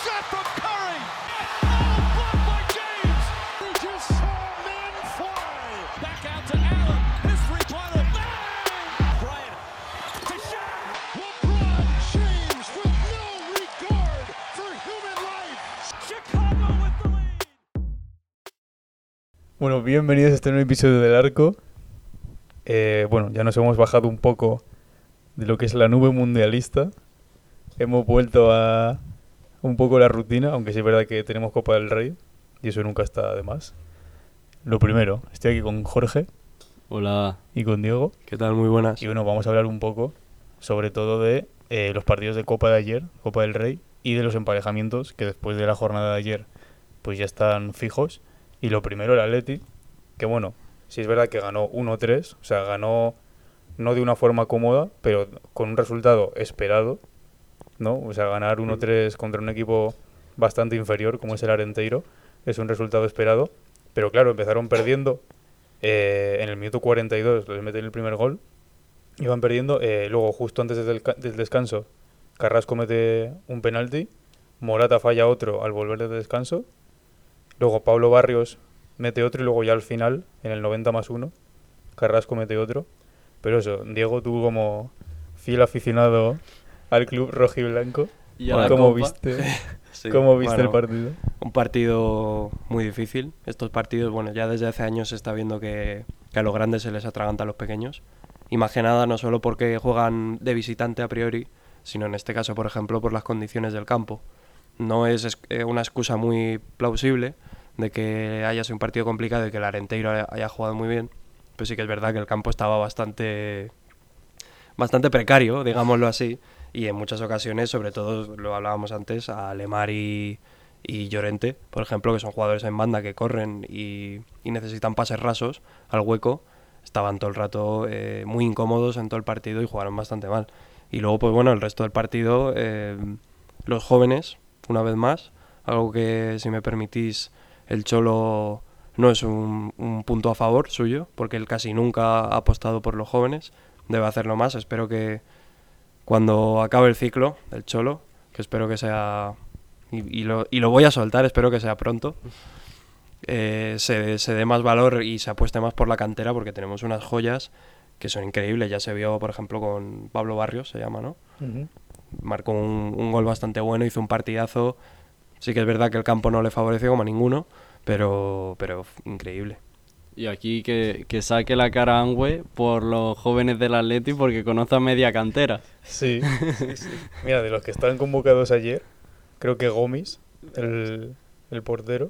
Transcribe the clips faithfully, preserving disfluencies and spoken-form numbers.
shot from Curry. Oh, blocked by James. We just saw men fly. Back out to Allen. His three-pointer. Bang! Bryant. To shot. LeBron James with no regard for human life. Chicago with the lead. Bueno, bienvenidos a este nuevo episodio del Arco. Eh, bueno, ya nos hemos bajado un poco de lo que es la nube mundialista. Hemos vuelto a un poco la rutina, aunque sí es verdad que tenemos Copa del Rey y eso nunca está de más. Lo primero, estoy aquí con Jorge. Hola. Y con Diego. ¿Qué tal? Muy buenas. Y bueno, vamos a hablar un poco sobre todo de eh, los partidos de Copa de ayer, Copa del Rey, y de los emparejamientos que después de la jornada de ayer pues ya están fijos. Y lo primero, el Atleti, que bueno, sí es verdad que ganó uno tres, o sea, ganó no de una forma cómoda, pero con un resultado esperado, ¿no? O sea, ganar uno tres contra un equipo bastante inferior como es el Arenteiro es un resultado esperado, pero claro, empezaron perdiendo eh, en el minuto cuarenta y dos, les meten el primer gol, iban perdiendo, eh, luego justo antes del, del descanso Carrasco mete un penalti, Morata falla otro al volver del descanso, luego Pablo Barrios mete otro y luego ya al final, en el noventa más uno, Carrasco mete otro. Pero eso, Diego, tú como fiel aficionado al club rojiblanco, ¿Y a la ¿cómo Copa? viste, Sí, ¿cómo viste bueno, el partido? Un partido muy difícil. Estos partidos, bueno, ya desde hace años se está viendo que, que a los grandes se les atraganta a los pequeños. Y más que nada, no solo porque juegan de visitante a priori, sino en este caso, por ejemplo, por las condiciones del campo. No es es- eh, una excusa muy plausible de que haya sido un partido complicado y que el Arenteiro haya, haya jugado muy bien. Pero sí que es verdad que el campo estaba bastante, bastante precario, digámoslo así. Y en muchas ocasiones, sobre todo, lo hablábamos antes, a Lemar y, y Llorente, por ejemplo, que son jugadores en banda que corren y, y necesitan pases rasos al hueco, estaban todo el rato eh, muy incómodos en todo el partido y jugaron bastante mal. Y luego, pues bueno, el resto del partido, eh, los jóvenes, una vez más, algo que, si me permitís, el Cholo no es un, un punto a favor suyo, porque él casi nunca ha apostado por los jóvenes, debe hacerlo más. Espero que cuando acabe el ciclo del Cholo, que espero que sea, y, y, lo, y lo voy a soltar, espero que sea pronto, eh, se, se dé más valor y se apueste más por la cantera, porque tenemos unas joyas que son increíbles. Ya se vio, por ejemplo, con Pablo Barrios, se llama, ¿no? Uh-huh. Marcó un, un gol bastante bueno, hizo un partidazo. Sí que es verdad que el campo no le favoreció como a ninguno, pero, pero f- increíble. Y aquí que, que saque la cara Angüe por los jóvenes del Atleti porque conoce a media cantera. Sí, sí, sí. Mira, de los que estaban convocados ayer, creo que Gomis, el, el portero,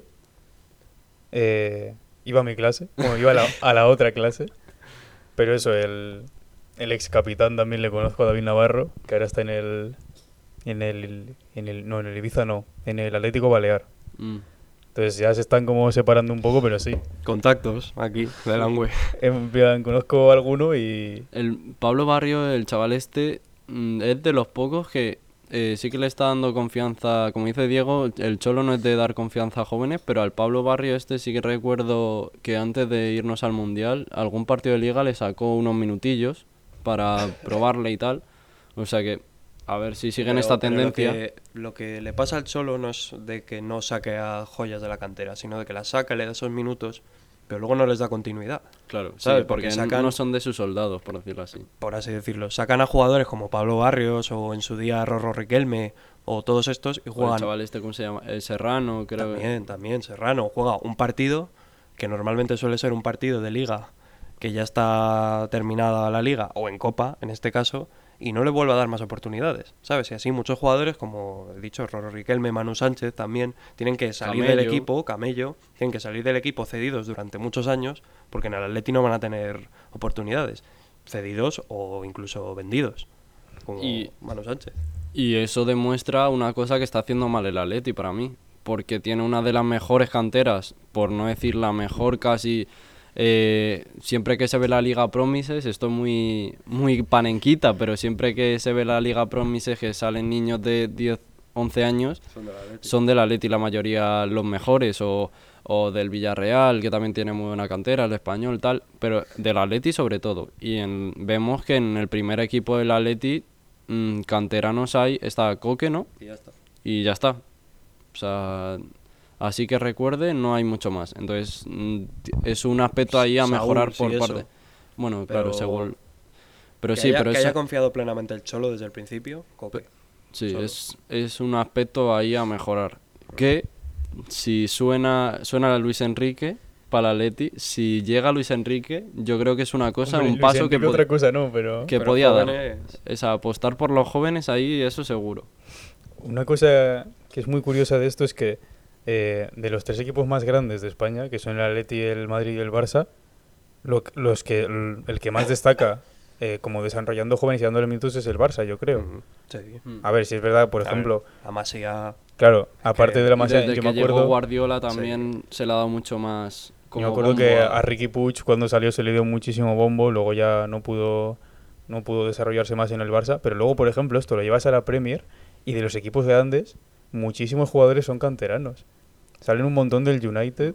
eh, iba a mi clase, bueno, iba a la, a la otra clase, pero eso, el, el ex capitán también le conozco, a David Navarro, que ahora está en el, en el, en el, no, en el Ibiza no, en el Atlético Balear. Mm. Entonces ya se están como separando un poco, pero sí. Contactos aquí, del Angüe. En plan, conozco a alguno y... El Pablo Barrio, el chaval este, mm, es de los pocos que eh, sí que le está dando confianza. Como dice Diego, el Cholo no es de dar confianza a jóvenes, pero al Pablo Barrio este sí que recuerdo que antes de irnos al Mundial, algún partido de Liga le sacó unos minutillos para probarle y tal. O sea que, a ver si siguen Pero- esta pero tendencia. Lo que, lo que le pasa al Cholo no es de que no saque a joyas de la cantera, sino de que las saca, le da esos minutos, pero luego no les da continuidad. Claro, sí, ¿sabes? porque, Porque n- sacan- no son de sus soldados, por decirlo así. Por así decirlo. Sacan a jugadores como Pablo Barrios o en su día Rorro Riquelme o todos estos y O el juegan. chaval este, ¿cómo se llama? El Serrano, creo. que- También, también, Serrano juega un partido que normalmente suele ser un partido de liga que ya está terminada la liga, o en Copa, en este caso, y no le vuelve a dar más oportunidades, ¿sabes? Y así muchos jugadores, como he dicho, Rorro Riquelme, Manu Sánchez también, tienen que salir del Camello. equipo, Camello, tienen que salir del equipo cedidos durante muchos años, porque en el Atleti no van a tener oportunidades, cedidos o incluso vendidos, como Y- Manu Sánchez. Y eso demuestra una cosa que está haciendo mal el Atleti para mí, porque tiene una de las mejores canteras, por no decir la mejor casi. Eh, siempre que se ve la Liga Promises, esto es muy, muy panenquita, pero siempre que se ve la Liga Promises que salen niños de diez, once años, son del Atleti la mayoría los mejores, o, o del Villarreal, que también tiene muy buena cantera, el Español, tal, pero del Atleti sobre todo. Y en, vemos que en el primer equipo del Atleti, mmm, canteranos hay, está Coque, ¿no? Y ya está. Y ya está. O sea, así que recuerde, no hay mucho más. Entonces, mm, t- es un aspecto ahí a Saúl, mejorar sí, por eso. parte. Bueno, claro, Pero según. Pero que sí, haya, pero que es, haya confiado plenamente el Cholo desde el principio, Coque. sí, solo. es, es un aspecto ahí a mejorar. Que si suena, suena a Luis Enrique para el Atleti, si llega Luis Enrique, yo creo que es una cosa, Hombre, un Luis paso que, Enrique pod- otra cosa no, pero... que Pero podía dar. jóvenes- Es apostar por los jóvenes ahí, eso seguro. Una cosa que es muy curiosa de esto es que eh, de los tres equipos más grandes de España, que son el Atleti, el Madrid y el Barça, lo que- los que, el, el que más destaca eh, como desarrollando jóvenes y dándole minutos es el Barça, yo creo. Ujú, sí. A ver, si es verdad, por A ver, ejemplo, a Masia, claro, aparte que- de la Y masa, desde yo que me llegó acuerdo, Guardiola también se le ha dado mucho más. yo Como me acuerdo bombo que a- a Ricky Puig cuando salió se le dio muchísimo bombo, luego ya no pudo, no pudo desarrollarse más en el Barça, pero luego, por ejemplo, esto lo llevas a la Premier y de los equipos grandes, muchísimos jugadores son canteranos. Salen un montón del United,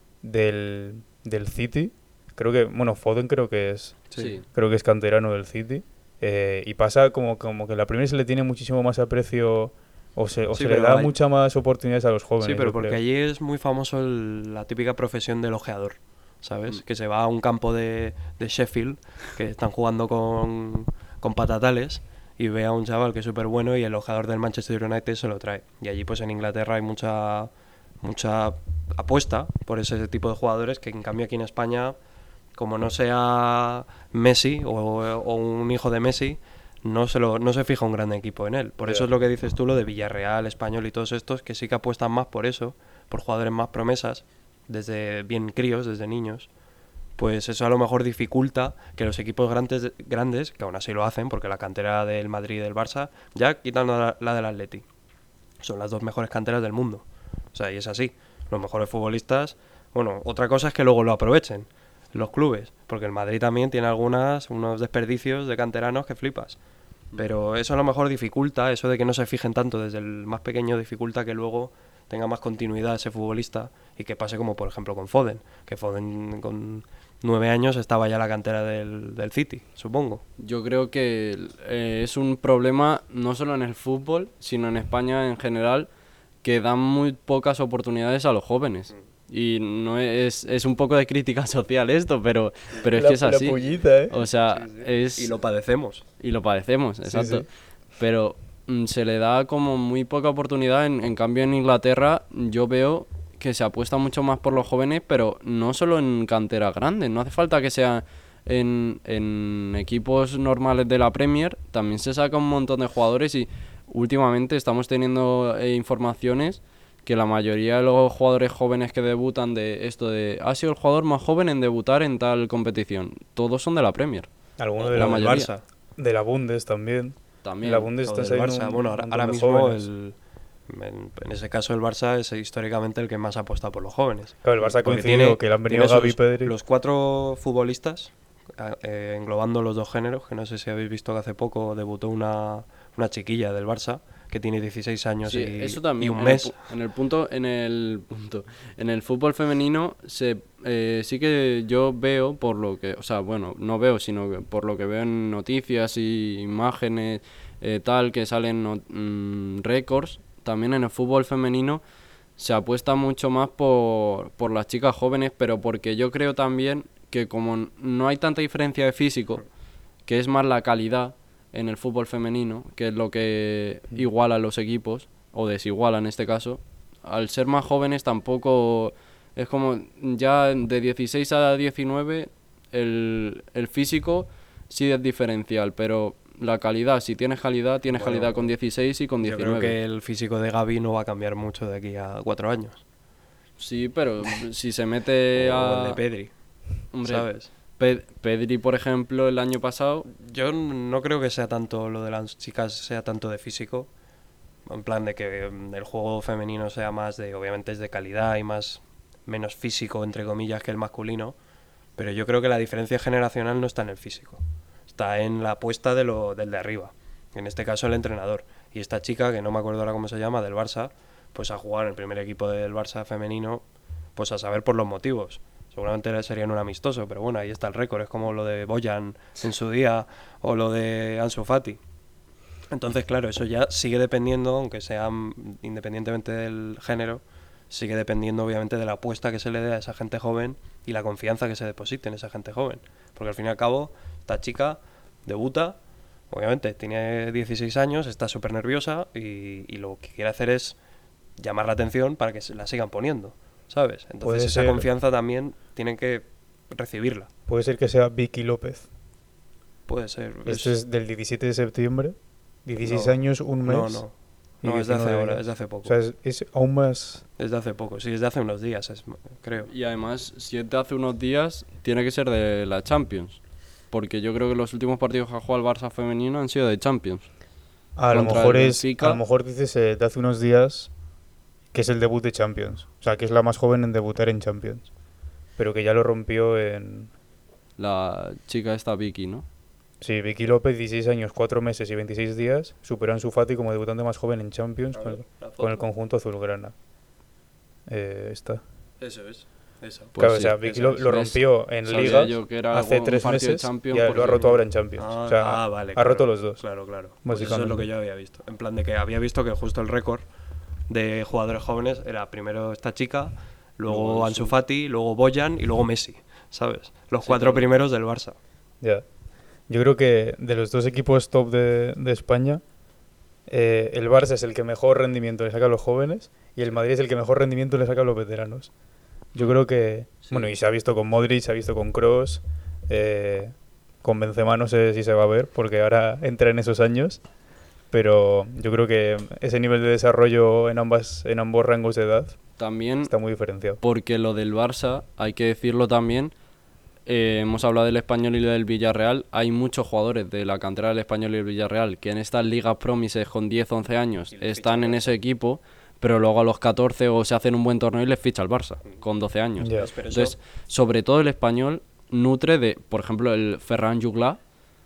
del, del City, creo que, bueno, Foden creo que es, Sí. creo que es canterano del City, eh, y pasa como, como que en la Premier se le tiene muchísimo más aprecio o se, o Sí, se le pero da hay- muchas más oportunidades a los jóvenes. Sí, pero yo porque creo. allí es muy famoso el- la típica profesión del ojeador, ¿sabes? Mm. Que se va a un campo de, de Sheffield, que están jugando con, con patatales, y ve a un chaval que es súper bueno y el ojeador del Manchester United se lo trae. Y allí pues en Inglaterra hay mucha, mucha apuesta por ese tipo de jugadores que en cambio aquí en España, como no sea Messi o, o un hijo de Messi, no se, lo, no se fija un gran equipo en él. Por eso Ya. es lo que dices tú, lo de Villarreal, Español y todos estos, que sí que apuestan más por eso, por jugadores más promesas, desde bien críos, desde niños. Pues eso a lo mejor dificulta que los equipos grandes, grandes, que aún así lo hacen, porque la cantera del Madrid y del Barça, ya quitando la, la del Atleti, son las dos mejores canteras del mundo. O sea, y es así. Los mejores futbolistas, bueno, otra cosa es que luego lo aprovechen los clubes, porque el Madrid también tiene algunas, unos desperdicios de canteranos que flipas. Pero eso a lo mejor dificulta, eso de que no se fijen tanto desde el más pequeño, dificulta que luego tenga más continuidad ese futbolista y que pase como por ejemplo con Foden, que Foden con nueve años estaba ya en la cantera del, del City, supongo. Yo creo que eh, es un problema no solo en el fútbol, sino en España en general, que dan muy pocas oportunidades a los jóvenes. Y no es, es un poco de crítica social esto, pero, pero es La- que es la así. pollita, ¿eh? O sea, es... Y lo padecemos. Y lo padecemos, exacto. sí. Pero mm, se le da como muy poca oportunidad. En, en cambio, en Inglaterra yo veo que se apuesta mucho más por los jóvenes, pero no solo en cantera grande. No hace falta que sea en, en equipos normales de la Premier. También se saca un montón de jugadores y últimamente estamos teniendo eh, informaciones que la mayoría de los jugadores jóvenes que debutan de esto de ha sido el jugador más joven en debutar en tal competición. Todos son de la Premier. Algunos de La la, del mayoría. Barça. de la Bundes también. También. La Bundes O está del saliendo Barça. un Bueno, ahora, montón ahora de mismo jóvenes. el, en, en ese caso el Barça es históricamente el que más apuesta por los jóvenes. Claro, el Barça ha Porque coincidido que le han venido tiene Gavi y sus- Pedri. Los cuatro futbolistas, a- eh, englobando los dos géneros, que no sé si habéis visto que hace poco debutó una, una chiquilla del Barça que tiene dieciséis años Sí, y, eso también. y un en mes. El, pu- en el punto, en el punto, en el fútbol femenino se, eh, sí que yo veo por lo que, o sea, bueno, no veo, sino que por lo que veo en noticias y imágenes eh, tal que salen no- mm, récords. También en el fútbol femenino se apuesta mucho más por, por las chicas jóvenes, pero porque yo creo también que como n- no hay tanta diferencia de físico, que es más la calidad en el fútbol femenino, que es lo que iguala a los equipos, o desiguala en este caso, al ser más jóvenes tampoco es como ya de dieciséis a diecinueve el, el físico sí es diferencial, pero la calidad, si tienes calidad, tienes Bueno, calidad con dieciséis y con Yo diecinueve. creo que el físico de Gavi no va a cambiar mucho de aquí a cuatro años. Sí, pero si se mete O a... el de Pedri, Hombre, ¿sabes? Pe- Pedri, por ejemplo, el año pasado... Yo no creo que sea tanto lo de las chicas, sea tanto de físico. En plan de que mm, el juego femenino sea más de, obviamente es de calidad y más menos físico, entre comillas, que el masculino. Pero yo creo que la diferencia generacional no está en el físico. Está en la apuesta de lo, del de arriba. En este caso el entrenador. Y esta chica, que no me acuerdo ahora cómo se llama, del Barça, pues a jugar en el primer equipo del Barça femenino, pues a saber por los motivos. Seguramente sería en un amistoso, pero bueno, ahí está el récord. Es como lo de Boyan en su día o lo de Ansu Fati. Entonces, claro, eso ya sigue dependiendo, aunque sea mm, independientemente del género, sigue dependiendo obviamente de la apuesta que se le dé a esa gente joven y la confianza que se deposite en esa gente joven. Porque al fin y al cabo, esta chica debuta, obviamente tiene dieciséis años, está súper nerviosa y, y lo que quiere hacer es llamar la atención para que se la sigan poniendo, ¿sabes? Puede Entonces esa ser. confianza también tienen que recibirla. Puede ser que sea Vicky López. Puede ser. Esto es del diecisiete de septiembre. dieciséis No, años, un mes. No, no. y No, es de hace diecinueve ahora, días. es de hace poco. O sea, es, es aún más... Es de hace poco, sí, es de hace unos días, es, creo. Y además, si es de hace unos días, tiene que ser de la Champions. Porque yo creo que los últimos partidos que ha jugado el Barça femenino han sido de Champions. A lo Contra mejor el es... Benfica. A lo mejor dices eh, de hace unos días que es el debut de Champions. O sea, que es la más joven en debutar en Champions. Pero que ya lo rompió en... La chica esta Vicky, ¿no? Sí, Vicky López, dieciséis años, cuatro meses y veintiséis días, superó a Ansu Fati como debutante más joven en Champions con el, con el conjunto azulgrana. Eh, está. Eso es, eso. Pues claro, sí, o sea, Vicky eso lo, es. lo ¿Ves? rompió en Sabía ligas yo que era hace un tres partido de meses y Champions ya lo ha porque- roto ahora en Champions. Ah, o sea, ah, vale, ha claro. roto los dos. Claro, claro. Pues eso es Básicamente. lo que yo había visto. En plan de que había visto que justo el récord de jugadores jóvenes era primero esta chica, luego Luego Ansu Ansu. Fati, luego Boyan y luego Messi, ¿sabes? Los Sí, cuatro claro. primeros del Barça. Ya. Yo creo que de los dos equipos top de, de España, eh, el Barça es el que mejor rendimiento le saca a los jóvenes y el Madrid es el que mejor rendimiento le saca a los veteranos. Yo creo que... Sí. Bueno, y se ha visto con Modric, se ha visto con Kroos, eh, con Benzema no sé si se va a ver porque ahora entra en esos años, pero yo creo que ese nivel de desarrollo en, ambas, en ambos rangos de edad También está muy diferenciado. porque lo del Barça, hay que decirlo también, eh, hemos hablado del Español y del Villarreal, hay muchos jugadores de la cantera del Español y del Villarreal que en estas ligas promises con diez, once años Y les están ficha el en Barça. ese equipo, pero luego a los catorce o se hacen un buen torneo y les ficha el Barça con doce años. Ya. Pero eso- Entonces, sobre todo el Español nutre de, por ejemplo, el Ferran Jugla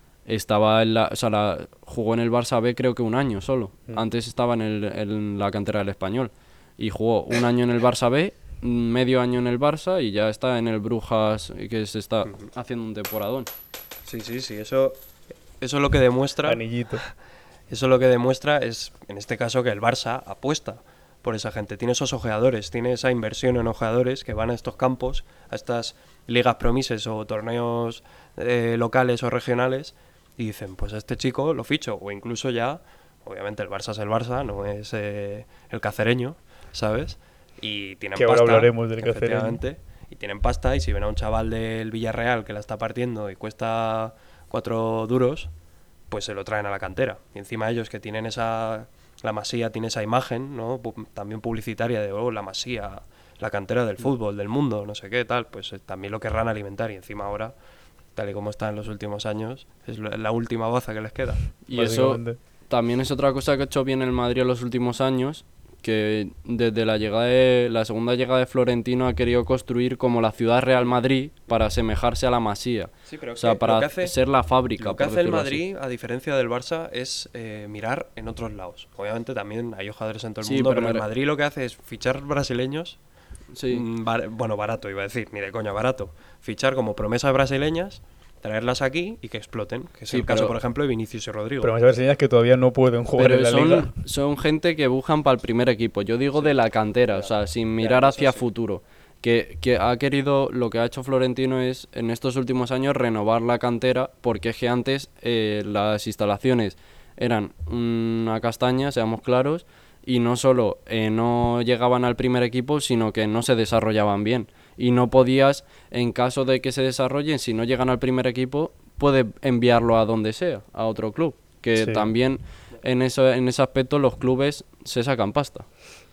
estaba en la, o sea, la- jugó en el Barça B creo que un año solo. Mm. Antes estaba en, el- en la cantera del Español y jugó un año en el Barça B, medio año en el Barça y ya está en el Brujas, que se está haciendo un temporadón. Sí, sí, sí, eso, eso es lo que demuestra... Anillito. Eso lo que demuestra es, en este caso, que el Barça apuesta por esa gente. Tiene esos ojeadores, tiene esa inversión en ojeadores que van a estos campos, a estas ligas promises o torneos eh, locales o regionales y dicen, pues a este chico lo ficho. O incluso ya, obviamente el Barça es el Barça, no es eh, el cacereño, ¿sabes? Y tienen Que ahora pasta, hablaremos del Cacereño. efectivamente, y tienen pasta y si ven a un chaval del Villarreal que la está partiendo y cuesta cuatro duros, pues se lo traen a la cantera. Y encima ellos que tienen esa... La Masía tiene esa imagen, ¿no? Pu- también publicitaria de, oh, la Masía, la cantera del fútbol, del mundo, no sé qué, tal. Pues eh, también lo querrán alimentar. Y encima ahora, tal y como está en los últimos años, es lo- la última baza que les queda. Y eso básicamente. también es otra cosa que ha hecho bien el Madrid en los últimos años, que desde la llegada de la segunda llegada de Florentino ha querido construir como la ciudad Real Madrid para asemejarse a la Masía. Sí, pero O sea, para ser la fábrica. Lo que por hace el decirlo así. Madrid, a diferencia del Barça, es eh, mirar en otros lados. Obviamente también hay jugadores en todo el Sí, mundo, pero pero, me el re- Madrid lo que hace es fichar brasileños. Sí. mm, bar- bueno, barato iba a decir, ni de coña, barato. Fichar como promesas brasileñas, traerlas aquí y que exploten. Que es Sí, el caso, pero- por ejemplo, de Vinicius y Rodrigo. Pero vamos a ver señas que todavía no pueden jugar Pero en la son, liga. son gente que buscan para el primer equipo. Yo digo de la cantera, o sea, sin mirar eso hacia sí. futuro. Que, que ha querido, lo que ha hecho Florentino es, en estos últimos años, renovar la cantera, porque es que antes eh, las instalaciones eran una castaña, seamos claros, y no solo eh, no llegaban al primer equipo, sino que no se desarrollaban bien. Y no podías, en caso de que se desarrollen, si no llegan al primer equipo, puede enviarlo a donde sea, a otro club. Que Sí. también en, eso, en ese aspecto los clubes se sacan pasta.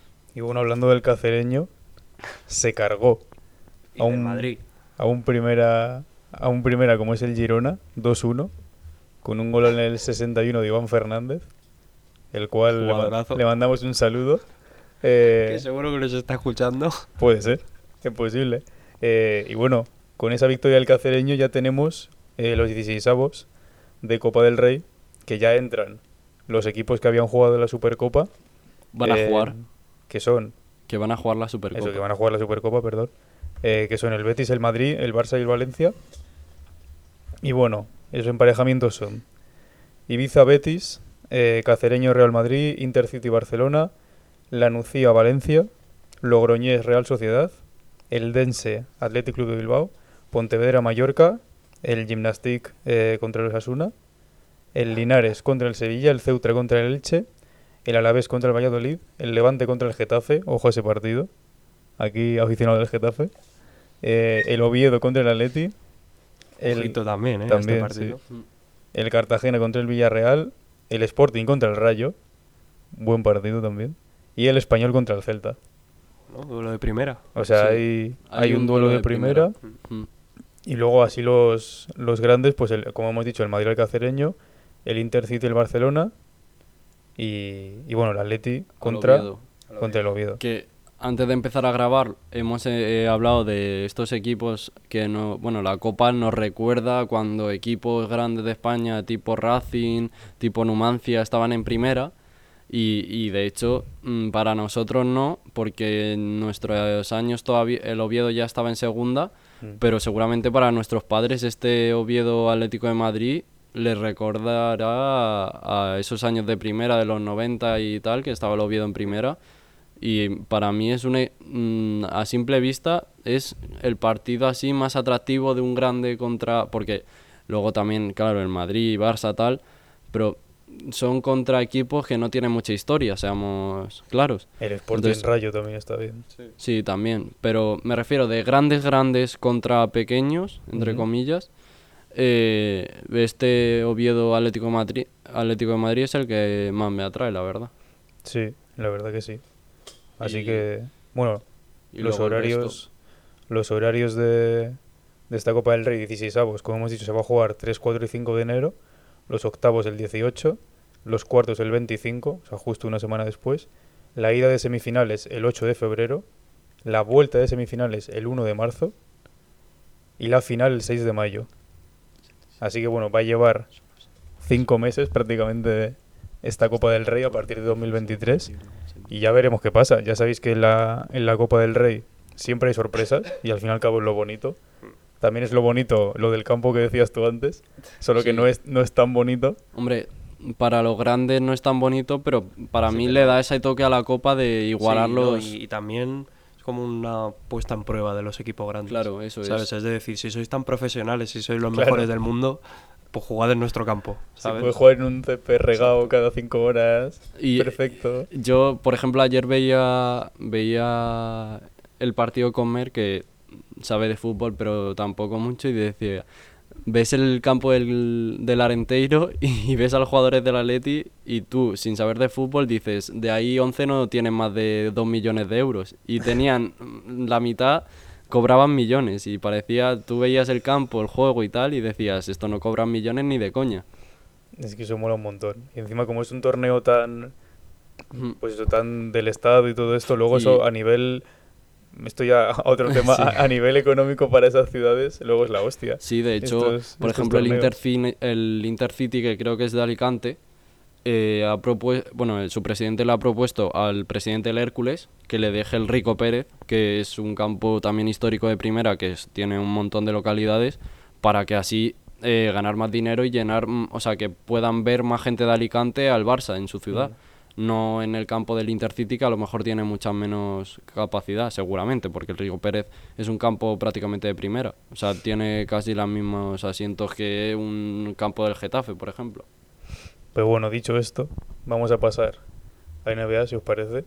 Y bueno, hablando del cacereño, se cargó Y a del un, Madrid. a un primera a un primera como es el Girona, dos uno, con un gol en el sesenta y uno de Iván Fernández, el cual le, ma- Jugadorazo. le mandamos un saludo. Eh, Que seguro que los está escuchando. Puede ser, es posible. Eh, y bueno, con esa victoria del cacereño ya tenemos eh, los dieciseisavos de Copa del Rey, que ya entran los equipos que habían jugado la Supercopa. Van a eh, jugar, Que son, que van a jugar la Supercopa. eso, que van a jugar la Supercopa, perdón. eh, que son el Betis, el Madrid, el Barça y el Valencia. Y bueno, esos emparejamientos son Ibiza-Betis, eh, Cacereño Real Madrid, Intercity Barcelona, Lanucía Valencia, Logroñés Real Sociedad, Eldense Athletic Club de Bilbao, Pontevedra Mallorca, el Gimnastic eh, contra el Osasuna, el Linares contra el Sevilla, el Ceuta contra el Elche, el Alavés contra el Valladolid, el Levante contra el Getafe, ojo a ese partido, aquí aficionado del Getafe, eh, el Oviedo contra el Atleti, el, Ojito también, ¿eh? también, este partido. sí. el Cartagena contra el Villarreal, el Sporting contra el Rayo, buen partido también, y el Español contra el Celta. ¿No? Duelo de primera. O sea, Sí. hay, hay un duelo de primera, Mm. y luego así los, los grandes, pues el, como hemos dicho, el Madrid el Cacereño, el Intercity el Barcelona y, y bueno, el Atleti contra, Oviedo. contra el Oviedo. Que antes de empezar a grabar hemos eh, hablado de estos equipos que no, bueno, la Copa nos recuerda cuando equipos grandes de España tipo Racing, tipo Numancia estaban en primera y, y de hecho mm, para nosotros no, porque en nuestros años todavía el Oviedo ya estaba en segunda, Mm. pero seguramente para nuestros padres este Oviedo Atlético de Madrid les recordará a, a esos años de primera de los noventa y tal, que estaba el Oviedo en primera. Y para mí es una, mm, a simple vista es el partido así más atractivo de un grande contra, porque luego también, claro, el Madrid, Barça, tal, pero son contra equipos que no tienen mucha historia, seamos claros. El Sporting Entonces- Rayo también está bien. Sí, también, pero me refiero de grandes grandes contra pequeños, entre Ujú. comillas. eh, este Oviedo Atlético de Madrid, Atlético de Madrid es el que más me atrae, la verdad. Sí, la verdad que sí. Así Y- que, bueno, Y los luego el resto. horarios los horarios de, de esta Copa del Rey dieciseisavos, como hemos dicho, se va a jugar tres, cuatro y cinco de enero, los octavos el dieciocho, los cuartos el veinticinco, o sea, justo una semana después, la ida de semifinales el ocho de febrero, la vuelta de semifinales el uno de marzo y la final el seis de mayo. Así que bueno, va a llevar cinco meses prácticamente esta Copa del Rey a partir de dos mil veintitrés y ya veremos qué pasa. Ya sabéis que en la, en la Copa del Rey siempre hay sorpresas y al fin y al cabo es lo bonito. También es lo bonito lo del campo que decías tú antes, solo que Sí. no es, no es tan bonito. Hombre, para los grandes no es tan bonito, pero para Sí, mí pero- le da ese toque a la Copa de igualar Sí, no, los... y, y también es como una puesta en prueba de los equipos grandes. Claro, eso es. ¿Sabes? Es decir, si sois tan profesionales, si sois los Claro. mejores del mundo, pues jugad en nuestro campo. Se ¿Sabes? puede jugar en un césped regado cada cinco horas. Y- Perfecto. Yo, por ejemplo, ayer veía, veía el partido con Mer, que sabe de fútbol, pero tampoco mucho, y decía, ves el campo del, del Arenteiro y ves a los jugadores del Atleti y tú, sin saber de fútbol, dices, de ahí once no tienen más de dos millones de euros. Y tenían la mitad, cobraban millones, y parecía, tú veías el campo, el juego y tal, y decías, esto no cobran millones ni de coña. Es que eso mola un montón. Y encima como es un torneo tan, Ujú. pues eso, tan del Estado y todo esto, luego Y- eso a nivel... Esto ya a otro tema, Sí. a, a nivel económico para esas ciudades, luego es la hostia. Sí, de hecho, Estos- por estos ejemplo, el, torneos. Intercine- el Intercity, que creo que es de Alicante, eh, ha propuesto, bueno, eh, su presidente le ha propuesto al presidente del Hércules que le deje el Rico Pérez, que es un campo también histórico de primera, que es- tiene un montón de localidades, para que así eh, ganar más dinero y llenar, mm, o sea, que puedan ver más gente de Alicante al Barça en su ciudad. No en el campo del Intercity, que a lo mejor tiene mucha menos capacidad, seguramente, porque el Rico Pérez es un campo prácticamente de primera. O sea, tiene casi los mismos asientos que un campo del Getafe, por ejemplo. Pero bueno, dicho esto, vamos a pasar a N B A, si os parece.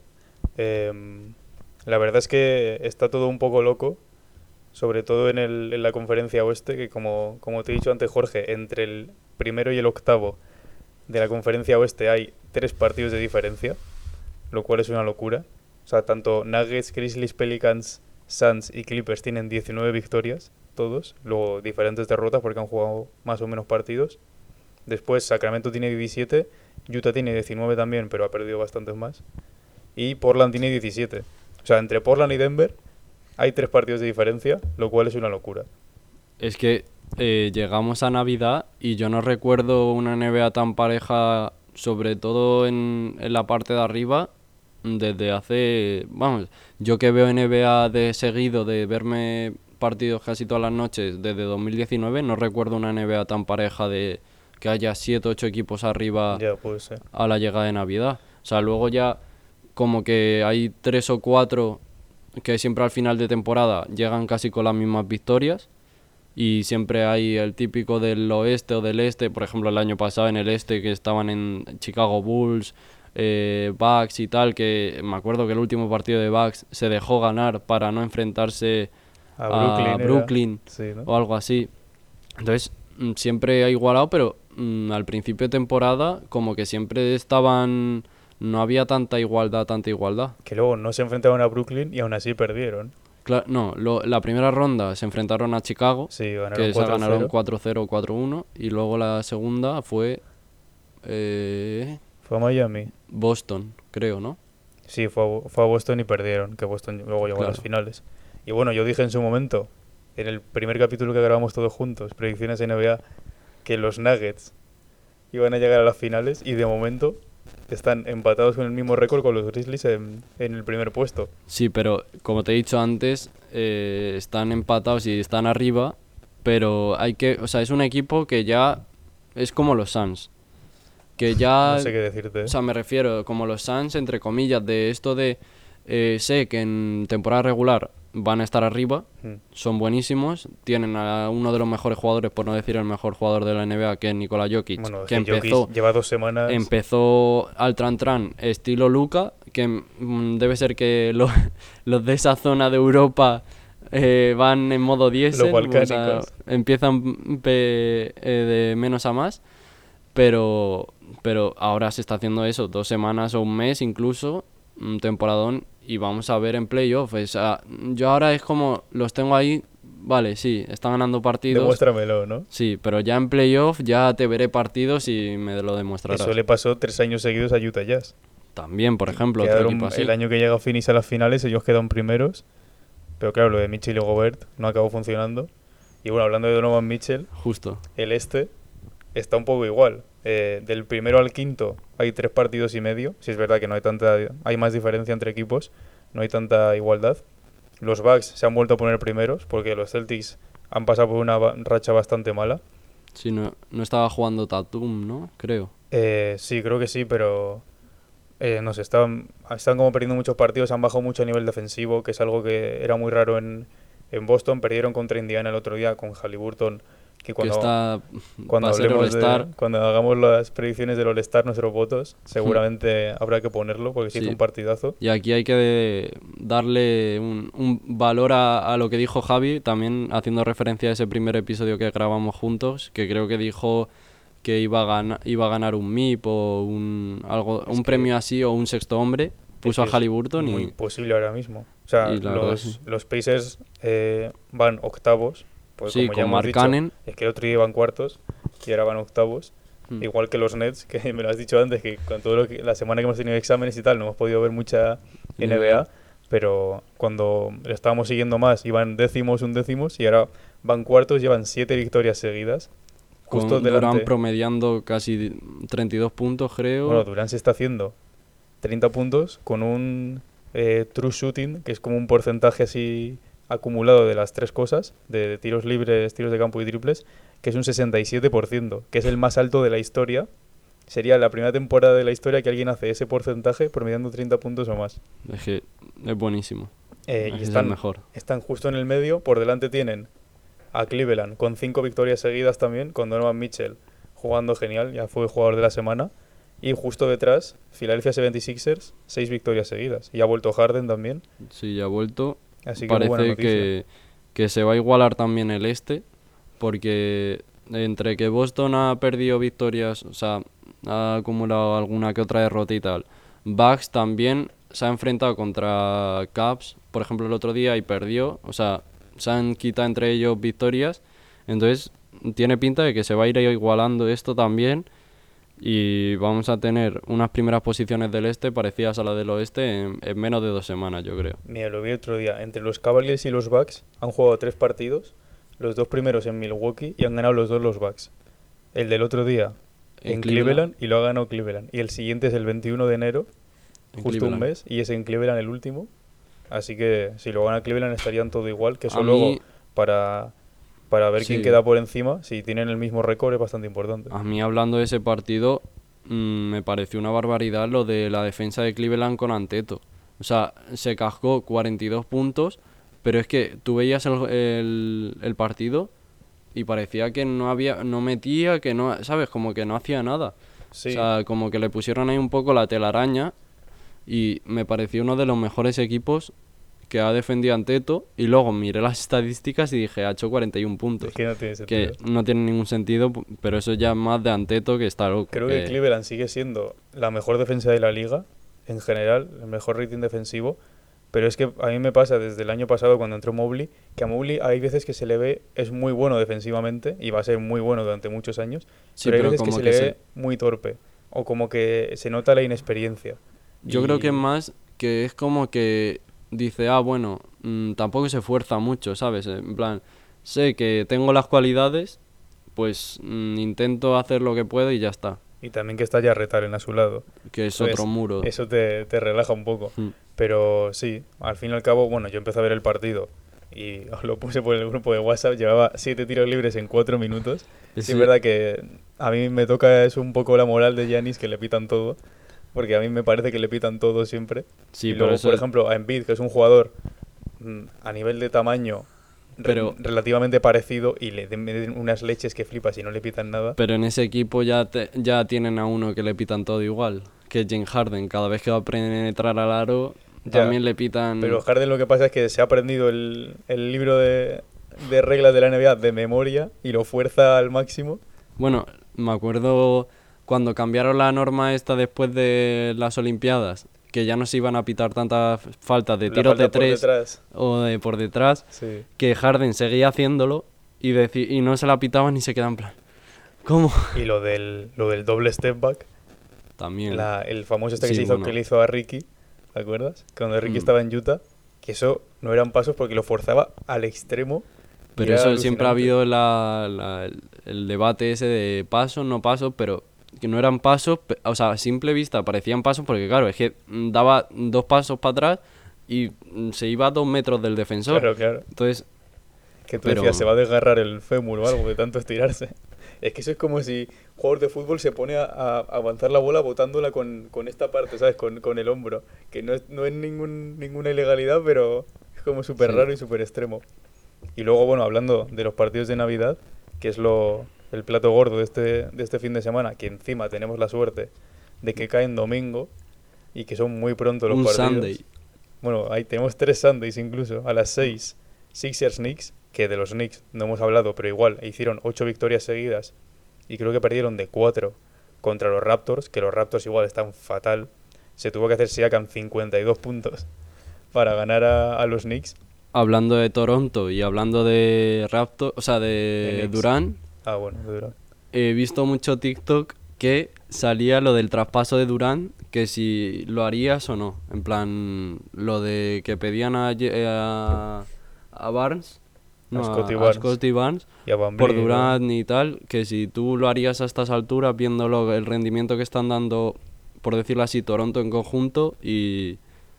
Em, la verdad es que está todo un poco loco, sobre todo en, el, en la conferencia oeste, que como, como te he dicho antes, Jorge, entre el primero y el octavo de la conferencia oeste hay tres partidos de diferencia, lo cual es una locura. O sea, tanto Nuggets, Grizzlies, Pelicans, Suns y Clippers tienen diecinueve victorias, todos, luego diferentes derrotas porque han jugado más o menos partidos. Después Sacramento tiene diecisiete, Utah tiene diecinueve también, pero ha perdido bastantes más. Y Portland tiene diecisiete. O sea, entre Portland y Denver hay tres partidos de diferencia, lo cual es una locura. Es que eh, llegamos a Navidad y yo no recuerdo una N B A tan pareja, sobre todo en, en la parte de arriba, desde hace... Vamos, yo que veo N B A de seguido, de verme partidos casi todas las noches, desde dos mil diecinueve, no recuerdo una N B A tan pareja de que haya siete ocho equipos arriba Ya, puede ser. a la llegada de Navidad. O sea, luego ya como que hay tres o cuatro que siempre al final de temporada llegan casi con las mismas victorias y siempre hay el típico del oeste o del este, por ejemplo el año pasado en el este que estaban en Chicago Bulls, eh, Bucks y tal, que me acuerdo que el último partido de Bucks se dejó ganar para no enfrentarse A a Brooklyn. era- Brooklyn Sí, ¿no? o algo así. Entonces, mm, siempre ha igualado, pero mm, al principio de temporada como que siempre estaban... No había tanta igualdad, tanta igualdad. Que luego no se enfrentaban a Brooklyn y aún así perdieron. Cla- no, lo- la primera ronda se enfrentaron a Chicago, Sí, ganaron que se cuatro ganaron cero. cuatro cero, cuatro uno, y luego la segunda fue eh, Fue a Miami. Boston, creo, ¿no? Sí, fue a, Bo- fue a Boston y perdieron, que Boston luego llegó a las Claro. finales. Y bueno, yo dije en su momento, en el primer capítulo que grabamos todos juntos, predicciones N B A, que los Nuggets iban a llegar a las finales y de momento están empatados con el mismo récord con los Grizzlies en, en el primer puesto. Sí, pero como te he dicho antes, eh, están empatados y están arriba, pero hay que, o sea, es un equipo que ya es como los Suns, que ya, No sé qué decirte. ¿eh? o sea, me refiero como los Suns entre comillas de esto de eh, sé que en temporada regular van a estar arriba, Mm. son buenísimos, tienen a uno de los mejores jugadores, por no decir el mejor jugador de la N B A, que es Nikola Jokic, Bueno, es que que Jokic empezó lleva dos semanas. Empezó al tran tran estilo Luka, que mm, debe ser que lo- los de esa zona de Europa eh, van en modo diésel, Los o sea, balcánicos. empiezan pe- eh, de menos a más, pero, pero ahora se está haciendo eso, dos semanas o un mes incluso, un temporadón, y vamos a ver en playoff. O sea, yo ahora es como, los tengo ahí, vale, sí, están ganando partidos. Demuéstramelo, ¿no? Sí, pero ya en playoff ya te veré partidos y me lo demostrarás. Eso le pasó tres años seguidos a Utah Jazz. También, por ejemplo, otro Quedaron- equipo así. el año que llega Phoenix a las finales, ellos quedan primeros. Pero claro, lo de Mitchell y Gobert no acabó funcionando. Y bueno, hablando de Donovan Mitchell, Justo. el este está un poco igual. Eh, del primero al quinto hay tres partidos y medio. Si es verdad que no hay tanta, hay más diferencia entre equipos, no hay tanta igualdad. Los Bucks se han vuelto a poner primeros porque los Celtics han pasado por una ba- racha bastante mala. Sí, no, no estaba jugando Tatum, ¿no? Creo. Eh, sí, creo que sí, pero eh, no sé, están, están como perdiendo muchos partidos, han bajado mucho a nivel defensivo, que es algo que era muy raro en, en Boston. Perdieron contra Indiana el otro día con Halliburton, que cuando, que está cuando, para ser hablemos de- All-Star. cuando hagamos las predicciones del All-Star, nuestros votos, seguramente habrá que ponerlo porque sí Sí. hizo un partidazo. Y aquí hay que de- darle un, un valor a, a lo que dijo Javi, también haciendo referencia a ese primer episodio que grabamos juntos, que creo que dijo que iba a, gana- iba a ganar un M I P o un, algo, Es un que- premio así o un sexto hombre. Puso a Es Halliburton muy y... imposible ahora mismo. O sea, y la verdad los, sí. los Pacers eh, van octavos. Pues Sí, como ya con hemos dicho, Markkanen. es que el otro día iban cuartos y ahora van octavos. Hmm. Igual que los Nets, que me lo has dicho antes, que con todo lo que la semana que hemos tenido exámenes y tal, no hemos podido ver mucha N B A, pero cuando lo estábamos siguiendo más, iban décimos, undécimos, y ahora van cuartos, llevan siete victorias seguidas. Justo Con Durant delante. promediando casi treinta y dos puntos, creo. Bueno, Durant se está haciendo treinta puntos con un eh, true shooting, que es como un porcentaje así acumulado de las tres cosas, de, de tiros libres, tiros de campo y triples, que es un sesenta y siete por ciento, que es el más alto de la historia. Sería la primera temporada de la historia que alguien hace ese porcentaje promediando treinta puntos o más. Es que es buenísimo. Eh, Es y el están, mejor. están justo en el medio. Por delante tienen a Cleveland con cinco victorias seguidas también, con Donovan Mitchell jugando genial, ya fue jugador de la semana. Y justo detrás, Philadelphia setenta y seis ers, seis victorias seguidas. Y ha vuelto Harden también. Sí, ya ha vuelto. Así que muy buena Parece noticia. que, que se va a igualar también el este, porque entre que Boston ha perdido victorias, o sea, ha acumulado alguna que otra derrota y tal, Bucks también se ha enfrentado contra Cavs, por ejemplo, el otro día y perdió, o sea, se han quitado entre ellos victorias, entonces tiene pinta de que se va a ir igualando esto también y vamos a tener unas primeras posiciones del este parecidas a la del oeste en, en menos de dos semanas, yo creo. Mira, lo vi otro día. Entre los Cavaliers y los Bucks han jugado tres partidos. Los dos primeros en Milwaukee y han ganado los dos los Bucks. El del otro día en, En Cleveland. Cleveland. y lo ha ganado Cleveland. Y el siguiente es el veintiuno de enero, En justo un Cleveland. mes, y es en Cleveland el último. Así que si lo gana Cleveland estarían todo igual, que eso A luego mí- para para ver Sí. quién queda por encima. Si tienen el mismo récord es bastante importante. A mí, hablando de ese partido, mm, me pareció una barbaridad lo de la defensa de Cleveland con Anteto. O sea, se cascó cuarenta y dos puntos, pero es que tú veías el, el, el partido y parecía que no había, no metía, que no, ¿sabes? Como que no hacía nada. Sí. O sea, como que le pusieron ahí un poco la telaraña y me pareció uno de los mejores equipos que ha defendido Anteto. Y luego miré las estadísticas y dije, ha hecho cuarenta y un puntos. Es que no tiene sentido. Que no tiene ningún sentido, pu- pero eso ya es más de Anteto, que está loco. Creo que Eh, Cleveland sigue siendo la mejor defensa de la liga, en general, el mejor rating defensivo. Pero es que a mí me pasa desde el año pasado cuando entró Mobley, que a Mobley hay veces que se le ve, es muy bueno defensivamente y va a ser muy bueno durante muchos años, Sí, pero hay pero veces que como se que le se- ve muy torpe o como que se nota la inexperiencia. Yo Y- creo que es más que es como que dice, ah, bueno, mm, tampoco se esfuerza mucho, ¿sabes? En plan, sé que tengo las cualidades, pues mm, intento hacer lo que puedo y ya está. Y también que está ya Retalen a su lado. Que es Pues, otro muro. Eso te, te relaja un poco. Mm. Pero sí, al fin y al cabo, bueno, yo empecé a ver el partido y os lo puse por el grupo de WhatsApp, llevaba siete tiros libres en cuatro minutos. Sí, Sí. es verdad que a mí me toca es un poco la moral de Giannis, que le pitan todo, porque a mí me parece que le pitan todo siempre. Sí, y por luego, eso por es- ejemplo, a Embiid, que es un jugador mm, a nivel de tamaño re- Pero- relativamente parecido y le den, den unas leches que flipas y no le pitan nada. Pero en ese equipo ya, te- ya tienen a uno que le pitan todo igual, que es James Harden. Cada vez que va a penetrar al aro, Ya, también le pitan... Pero Harden lo que pasa es que se ha aprendido el, el libro de, de reglas de la N B A de memoria y lo fuerza al máximo. Bueno, me acuerdo cuando cambiaron la norma esta después de las Olimpiadas, que ya no se iban a pitar tantas faltas de La tiros falta de por tres detrás. o de por detrás, Sí. que Harden seguía haciéndolo y, deci- y no se la pitaban ni se quedan en plan. ¿Cómo? Y lo del, lo del doble step back, También. la- el famoso este que Sí, se hizo bueno. que le hizo a Ricky, ¿te acuerdas? Cuando Ricky Mm. estaba en Utah, que eso no eran pasos porque lo forzaba al extremo. y Pero era eso siempre ha alucinante. habido la, la- el, el debate ese de pasos, no pasos, pero que no eran pasos, pe- o sea, a simple vista parecían pasos porque claro, es que mm, daba dos pasos para atrás y mm, se iba a dos metros del defensor. Claro, claro. Entonces, Que tú Pero- decías, se va a desgarrar el fémur o algo de tanto estirarse. Es que eso es como si un jugador de fútbol se pone a, a avanzar la bola botándola con, con esta parte, ¿sabes? Con, con el hombro. Que no es, no es ningún, ninguna ilegalidad, pero es como súper Sí. raro y súper extremo. Y luego, bueno, hablando de los partidos de Navidad, que es lo el plato gordo de este, de este fin de semana, que encima tenemos la suerte de que cae en domingo y que son muy pronto los un partidos. Sunday. Bueno, ahí tenemos tres Sundays incluso, a las seis. Sixers Knicks, que de los Knicks no hemos hablado, pero igual hicieron ocho victorias seguidas y creo que perdieron de cuatro contra los Raptors, que los Raptors igual están fatal. Se tuvo que hacer Siakam cincuenta y dos puntos para ganar a, a los Knicks. Hablando de Toronto y hablando de Raptor, o sea, De de Knicks. Durán, Ah, bueno, de verdad. he visto mucho TikTok que salía lo del traspaso de Durán, que si lo harías o no. En plan, lo de que pedían a, Ye- a, a Barnes, no, a, Scottie a Barnes. Scottie Barnes Y a Van por Vliet, ¿no? Durán y tal, que si tú lo harías a estas alturas, viendo lo- el rendimiento que están dando, por decirlo así, Toronto en conjunto y...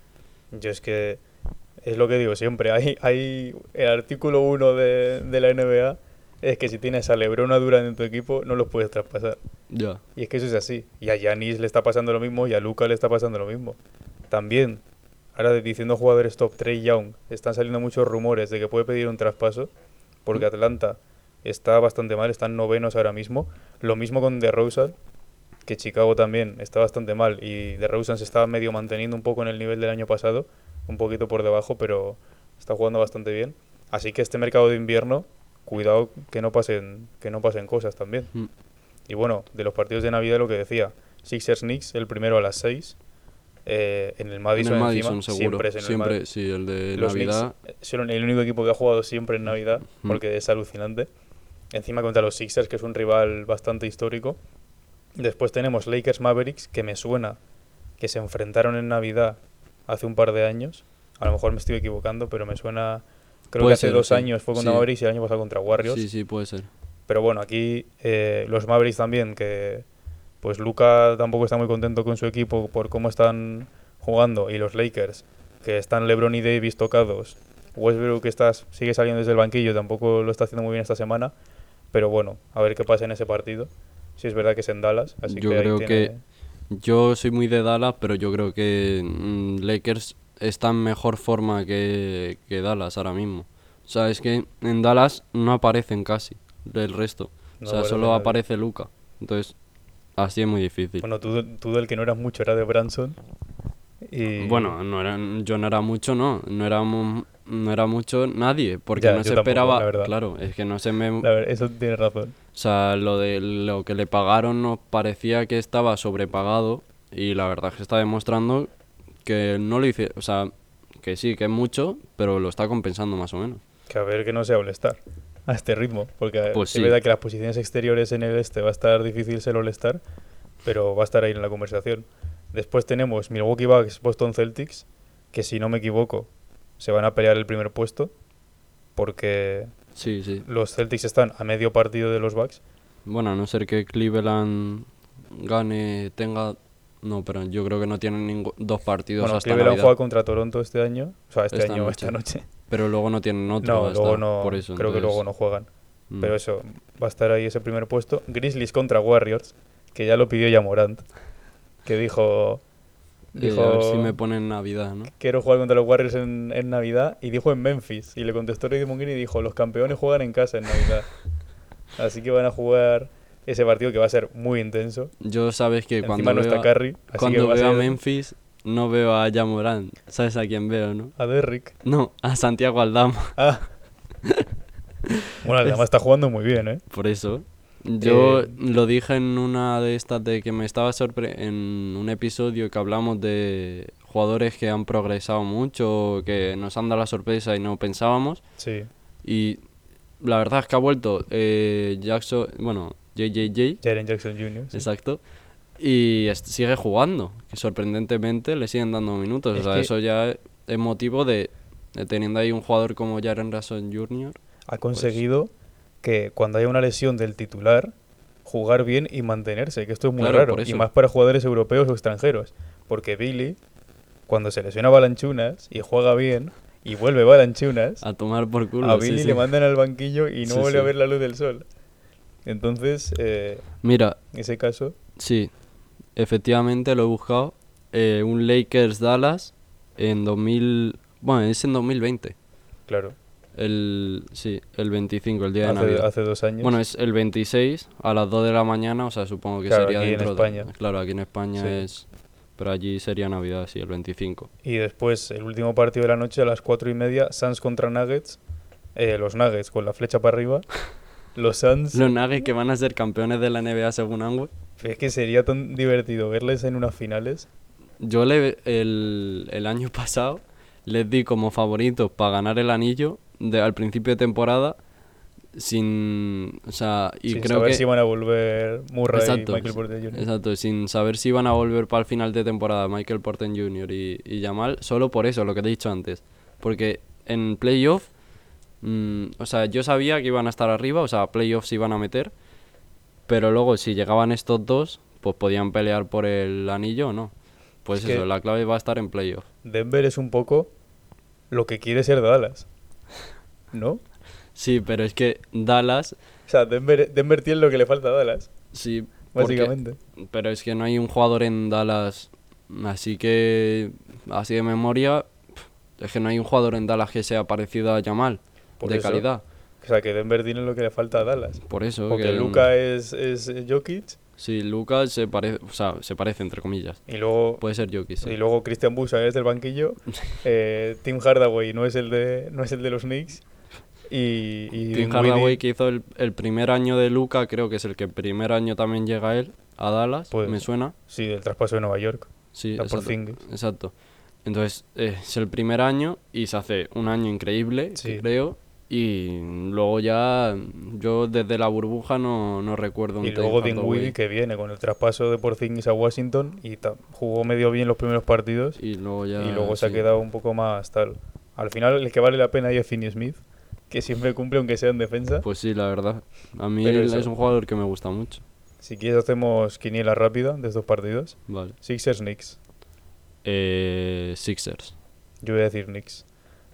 Yo es que es lo que digo siempre. Hay, hay el artículo uno de, de la N B A es que si tienes a LeBron o a Durant en tu equipo, no los puedes traspasar. Ya. Y es que eso es así. Y a Giannis le está pasando lo mismo y a Luka le está pasando lo mismo. También, ahora de- diciendo jugadores top, Trey Young, están saliendo muchos rumores de que puede pedir un traspaso porque Atlanta está bastante mal, están novenos ahora mismo. Lo mismo con DeRozan, que Chicago también está bastante mal y DeRozan se está medio manteniendo un poco en el nivel del año pasado, un poquito por debajo, pero está jugando bastante bien. Así que este mercado de invierno, cuidado que no pasen, que no pasen cosas también. Mm. Y bueno, de los partidos de Navidad lo que decía, Sixers Knicks, el primero a las seis, eh, en el En Madison, el encima, Madison, seguro. siempre es en el Siempre, Madison. sí, el de Los Navidad. Knicks eh, son el único equipo que ha jugado siempre en Navidad, Mm. porque es alucinante. Encima contra los Sixers, que es un rival bastante histórico. Después tenemos Lakers Mavericks, que me suena que se enfrentaron en Navidad hace un par de años. A lo mejor me estoy equivocando, pero me suena... Creo Puede que hace ser, dos sí. años fue contra Sí. Mavericks y el año pasado contra Warriors. Sí, sí, puede ser. Pero bueno, aquí eh, los Mavericks también, que pues Luka tampoco está muy contento con su equipo por cómo están jugando, y los Lakers, que están LeBron y Davis tocados, Westbrook está, sigue saliendo desde el banquillo, tampoco lo está haciendo muy bien esta semana. Pero bueno, a ver qué pasa en ese partido. Si es verdad que es en Dallas, así Yo que ahí creo tiene- que yo soy muy de Dallas, pero yo creo que mm, Lakers está en mejor forma que, que Dallas ahora mismo. O sea, es que en Dallas no aparecen casi del resto. No o sea, aparece solo nadie. aparece Luka. Entonces, así es muy difícil. Bueno, tú, tú del que no eras mucho era de Branson. Y... Bueno, no era, yo no era mucho, no. No era, mu- no era mucho nadie. Porque Ya, no yo se tampoco, esperaba. la verdad. Claro, es que no se me. La verdad, eso tienes razón. O sea, lo de lo que le pagaron nos parecía que estaba sobrepagado y la verdad es que está demostrando que no lo hice, o sea, que sí, que es mucho, pero lo está compensando más o menos. Que a ver que no sea All-Star a este ritmo. Porque Pues es sí. verdad que las posiciones exteriores en el este va a estar difícil ser All-Star, pero va a estar ahí en la conversación. Después tenemos Milwaukee Bucks, Boston Celtics, que si no me equivoco se van a pelear el primer puesto, porque Sí, sí. los Celtics están a medio partido de los Bucks. Bueno, a no ser que Cleveland gane, tenga... No, pero yo creo que no tienen ningún dos partidos Bueno, hasta Cleveland Navidad. juega contra Toronto este año, o sea, este Esta año, noche. esta noche. Pero luego no tienen otro No, hasta, luego no, por eso. creo que entonces, luego no juegan. mm. Pero eso, va a estar ahí ese primer puesto. Grizzlies contra Warriors, que ya lo pidió ya Morant, que dijo, Eh, dijo a ver si me ponen Navidad, ¿no? quiero jugar contra los Warriors en, en Navidad, y dijo en Memphis. Y le contestó Raymond Green y dijo, los campeones juegan en casa en Navidad. Así que van a jugar ese partido que va a ser muy intenso. Yo sabes que Encima cuando no veo, está a, Curry, así que cuando va a veo a ser Memphis no veo a Jamorán. ¿Sabes a quién veo, no? a Derrick. No, a Santiago Aldama. Ah. Bueno, además está jugando muy bien, ¿eh? Por eso. Yo Eh, lo dije en una de estas de que me estaba sorpre en un episodio que hablamos de jugadores que han progresado mucho, que nos han dado la sorpresa y no pensábamos. Sí, Y la verdad es que ha vuelto eh, Jackson, bueno, J J J, Jaren Jackson junior sí. exacto. Y est- sigue jugando, que sorprendentemente le siguen dando minutos. Es o sea, que- eso ya es motivo de, de teniendo ahí un jugador como Jaren Jackson junior Ha conseguido que cuando haya una lesión del titular, jugar bien y mantenerse, que esto es muy Claro, raro. por Y eso. más para jugadores europeos o extranjeros. Porque Billy, cuando se lesiona Balanchunas y juega bien y vuelve Balanchunas, a tomar por culo. a sí, Billy sí. le mandan al banquillo y no Sí, vuelve a sí. ver la luz del sol. Entonces, eh, Mira, en ese caso, sí, efectivamente lo he buscado. Eh, un Lakers Dallas en dos mil... Bueno, es en dos mil veinte. claro, El, sí, el veinticinco, el día de hace, Navidad. hace dos años. Bueno, es el veintiséis a las dos de la mañana, o sea, supongo que Claro, sería aquí en dentro España. de... Claro, aquí en España Sí. es... Pero allí sería Navidad, sí, el veinticinco. Y después, el último partido de la noche a las cuatro y media, Suns contra Nuggets. Eh, los Nuggets con la flecha para arriba. Los Suns, Los Nuggets que van a ser campeones de la N B A según Angüe. es que sería tan divertido verles en unas finales. Yo le, el, el año pasado les di como favoritos para ganar el anillo de, al principio de temporada sin... O sea, y sin creo saber que... si van a volver Murray Exacto, y Michael sí, Porter junior Exacto, sin saber si iban a volver para el final de temporada Michael Porter junior y, y Jamal, solo por eso, lo que te he dicho antes. Porque en playoff, mm, o sea, yo sabía que iban a estar arriba, o sea, playoffs se iban a meter, pero luego si llegaban estos dos, pues podían pelear por el anillo o no. Pues Es eso, que- la clave va a estar en playoff. Denver es un poco lo que quiere ser Dallas, ¿no? Sí, pero es que Dallas, O sea, Denver, Denver tiene lo que le falta a Dallas, sí, porque- básicamente. pero es que no hay un jugador en Dallas, así que, así de memoria, es que no hay un jugador en Dallas que sea parecido a Jamal, Por de eso. calidad. O sea, que Denver tiene lo que le falta a Dallas. Por eso Porque que Luka es, es Jokic sí, Lucas se parece, o sea, se parece entre comillas. y luego Puede ser Jokic, sí. y luego Christian Busa es del banquillo. eh, Tim Hardaway no es el de no es el de los Knicks y, y Tim Dinwiddie- Hardaway que hizo el, el primer año de Luka, creo que es el que el primer año también llega él a Dallas, Pues, me suena. sí, del traspaso de Nueva York. Sí, la exacto. Porzingis. Exacto. Entonces, eh, es el primer año y se hace un año increíble, Sí. creo. Y luego ya, yo desde la burbuja no, no recuerdo un Y Tim luego Hardaway. Dinwiddie que viene con el traspaso de Porzingis a Washington y ta- jugó medio bien los primeros partidos Y luego ya... y luego se ha sí. quedado un poco más tal. Al final el que vale la pena ahí es Finney Smith, que siempre cumple aunque sea en defensa. Pues sí, la verdad. A mí Pero él eso. es un jugador que me gusta mucho. Si quieres hacemos quiniela rápida de estos partidos. Vale. Sixers Knicks. Eh, Sixers. Yo voy a decir Knicks.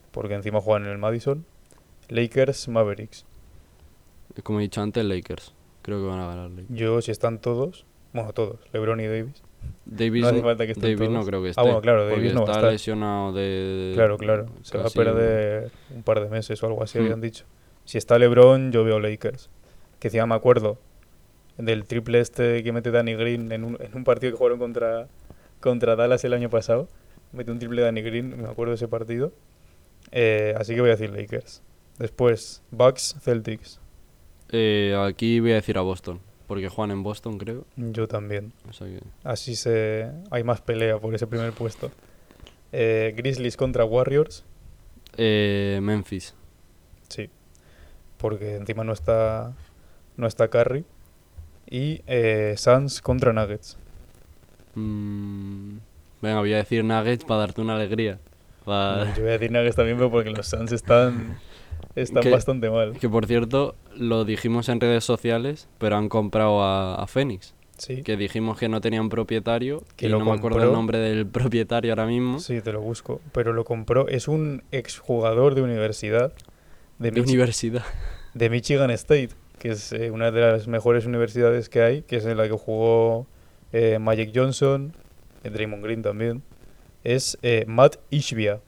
porque encima juegan en el Madison. Lakers, Mavericks. Como he dicho antes, Lakers. Creo que van a ganar Lakers. Yo, si están todos, bueno, todos, LeBron y Davis. Davis, No hace falta que estén Davis no todos. creo que esté. Ah, bueno, claro, porque Davis no va a está estar. lesionado de... Claro, claro. Se va a casi- perder un par de meses o algo así, Hmm. habían dicho. Si está LeBron, yo veo Lakers. Que encima me acuerdo del triple este que mete Danny Green en un, en un partido que jugaron contra, contra Dallas el año pasado. Mete un triple Danny Green, me acuerdo de ese partido. Eh, así que voy a decir Lakers. Después, Bucks, Celtics. Eh, aquí voy a decir a Boston. Porque juegan en Boston, creo. Yo también. O sea que... Así se hay más pelea por ese primer puesto. Eh, Grizzlies contra Warriors. Eh, Memphis. Sí. Porque encima no está no está Curry. Y eh, Suns contra Nuggets. Mm, venga, voy a decir Nuggets para darte una alegría. Pa- Yo voy a decir Nuggets también, pero porque los Suns están, están Que- bastante mal. Que por cierto, lo dijimos en redes sociales, pero han comprado a, a Phoenix. Sí, Que dijimos que no tenían propietario. Que y lo no me acuerdo compró. el nombre del propietario ahora mismo. sí, te lo busco. Pero lo compró. Es un exjugador de universidad de, De Michi- universidad. de Michigan State, que es eh, una de las mejores universidades que hay, que es en la que jugó eh, Magic Johnson, eh, Draymond Green también. Es eh, Matt Ishbia.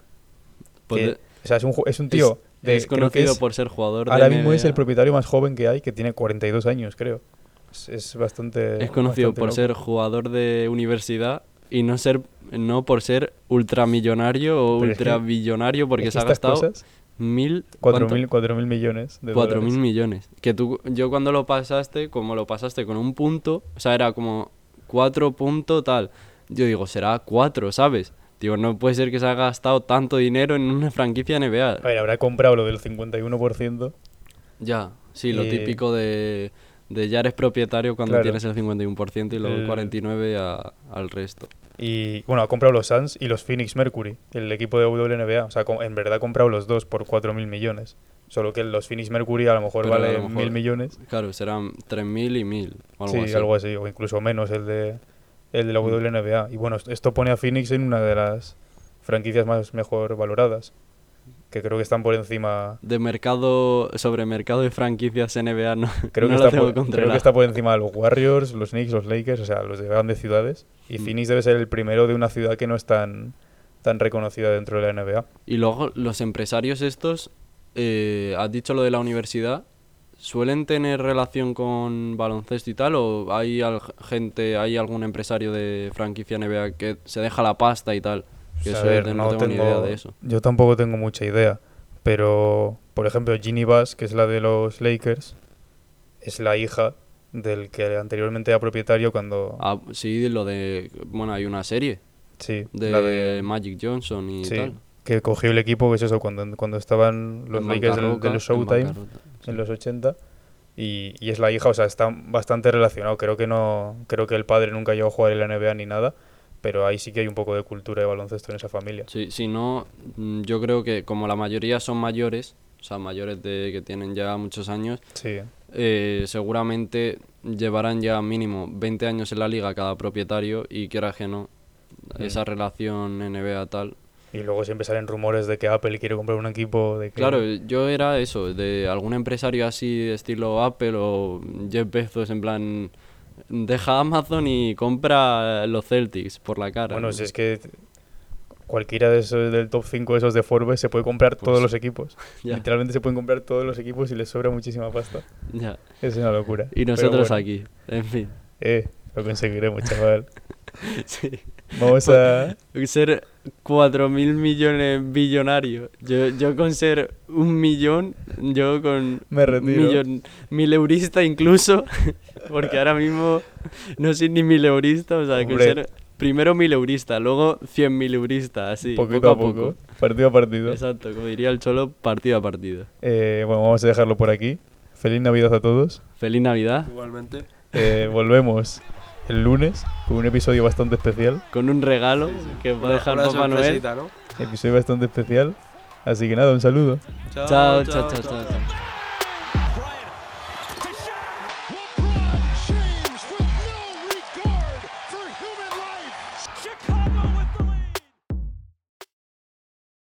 Pues que- de- o sea, es un, ju- es un tío. de- es creo que conocido es- por ser jugador de Ahora N B A. mismo es el propietario más joven que hay, que tiene cuarenta y dos años, creo. Es, es bastante. Es conocido bastante por loco. ser jugador de universidad y no ser no por ser ultramillonario o Pero es que- ultrabillonario porque Es que se ha estas gastado cosas, mil cuatro ¿cuánto? mil, cuatro mil millones de Cuatro dólares. mil millones. Que tú, yo cuando lo pasaste, como lo pasaste con un punto, o sea, era como cuatro punto tal. Yo digo, será cuatro, ¿sabes? Digo, no puede ser que se haya gastado tanto dinero en una franquicia N B A. A ver, habrá comprado lo del cincuenta y uno por ciento. Ya, sí, lo Y- típico de, de ya eres propietario cuando Claro. tienes el cincuenta y uno por ciento y luego el El- cuarenta y nueve por ciento a- al resto. Y bueno, ha comprado los Suns y los Phoenix Mercury, el equipo de W N B A. O sea, co- en verdad ha comprado los dos por cuatro mil millones. Solo que los Phoenix Mercury a lo mejor Pero a vale lo mejor- mil millones. Claro, serán tres mil y mil o algo Sí, así. algo así, o incluso menos el de, el de la Mm. W N B A. Y bueno, esto pone a Phoenix en una de las franquicias más mejor valoradas, que creo que están por encima. De mercado, sobre mercado de franquicias N B A no, Creo, no que, lo está tengo por, creo controlado. que está por encima de los Warriors, los Knicks, los Lakers, o sea, los de grandes ciudades. Y Mm. Phoenix debe ser el primero de una ciudad que no es tan, tan reconocida dentro de la N B A. Y luego los empresarios estos, eh, has dicho lo de la universidad, ¿suelen tener relación con baloncesto y tal? ¿O hay al- gente, hay algún empresario de franquicia N B A que se deja la pasta y tal? Que O sea, eso a ver, no, no tengo ni tengo- idea de eso. Yo tampoco tengo mucha idea, pero por ejemplo Ginny Bass, que es la de los Lakers, es la hija del que anteriormente era propietario cuando... Ah, sí, lo de... Bueno, hay una serie sí, de, la de... Magic Johnson y Sí, tal. que cogió el equipo, que es eso, cuando, cuando estaban los En Lakers del- bancarrota- de los Showtime en en, bancarrota, sí. los ochenta y, y es la hija, o sea, está bastante relacionado. Creo que no, creo que el padre nunca llegó a jugar en la N B A ni nada, pero ahí sí que hay un poco de cultura de baloncesto en esa familia. Sí, si no, mm, yo creo que como la mayoría son mayores, o sea, mayores de que tienen ya muchos años, Sí, eh, seguramente llevarán ya mínimo veinte años en la liga cada propietario y quieras que no, Mm. esa relación N B A tal. y luego siempre salen rumores de que Apple quiere comprar un equipo, de que... Claro, yo era eso, de algún empresario así de estilo Apple o Jeff Bezos, en plan, deja Amazon y compra los Celtics por la cara. Bueno, ¿no? si es que cualquiera de esos del top cinco esos de Forbes se puede comprar Pues todos sí. los equipos. Ya, Literalmente se pueden comprar todos los equipos y les sobra muchísima pasta. ya. Es una locura. Y Pero nosotros bueno, aquí, en fin. Eh, lo conseguiremos, chaval. Sí. Vamos a... Ser cuatro mil millones billonarios. Yo, yo con ser un millón, yo con Me retiro. millón, mil eurista incluso, porque ahora mismo no soy ni mil eurista, o sea, con Hombre. ser primero mil eurista, luego cien mil eurista, así, poquito poco a poco, partido a partido. Exacto, como diría el Cholo, partido a partido. Eh, bueno, vamos a dejarlo por aquí. Feliz Navidad a todos. Feliz Navidad, Igualmente. Eh, volvemos el lunes con un episodio bastante especial. con un regalo que va a dejar Una Papá Noel. sorpresita, ¿no? Episodio bastante especial. Así que nada, un saludo. Chao, chao, chao, chao. chao.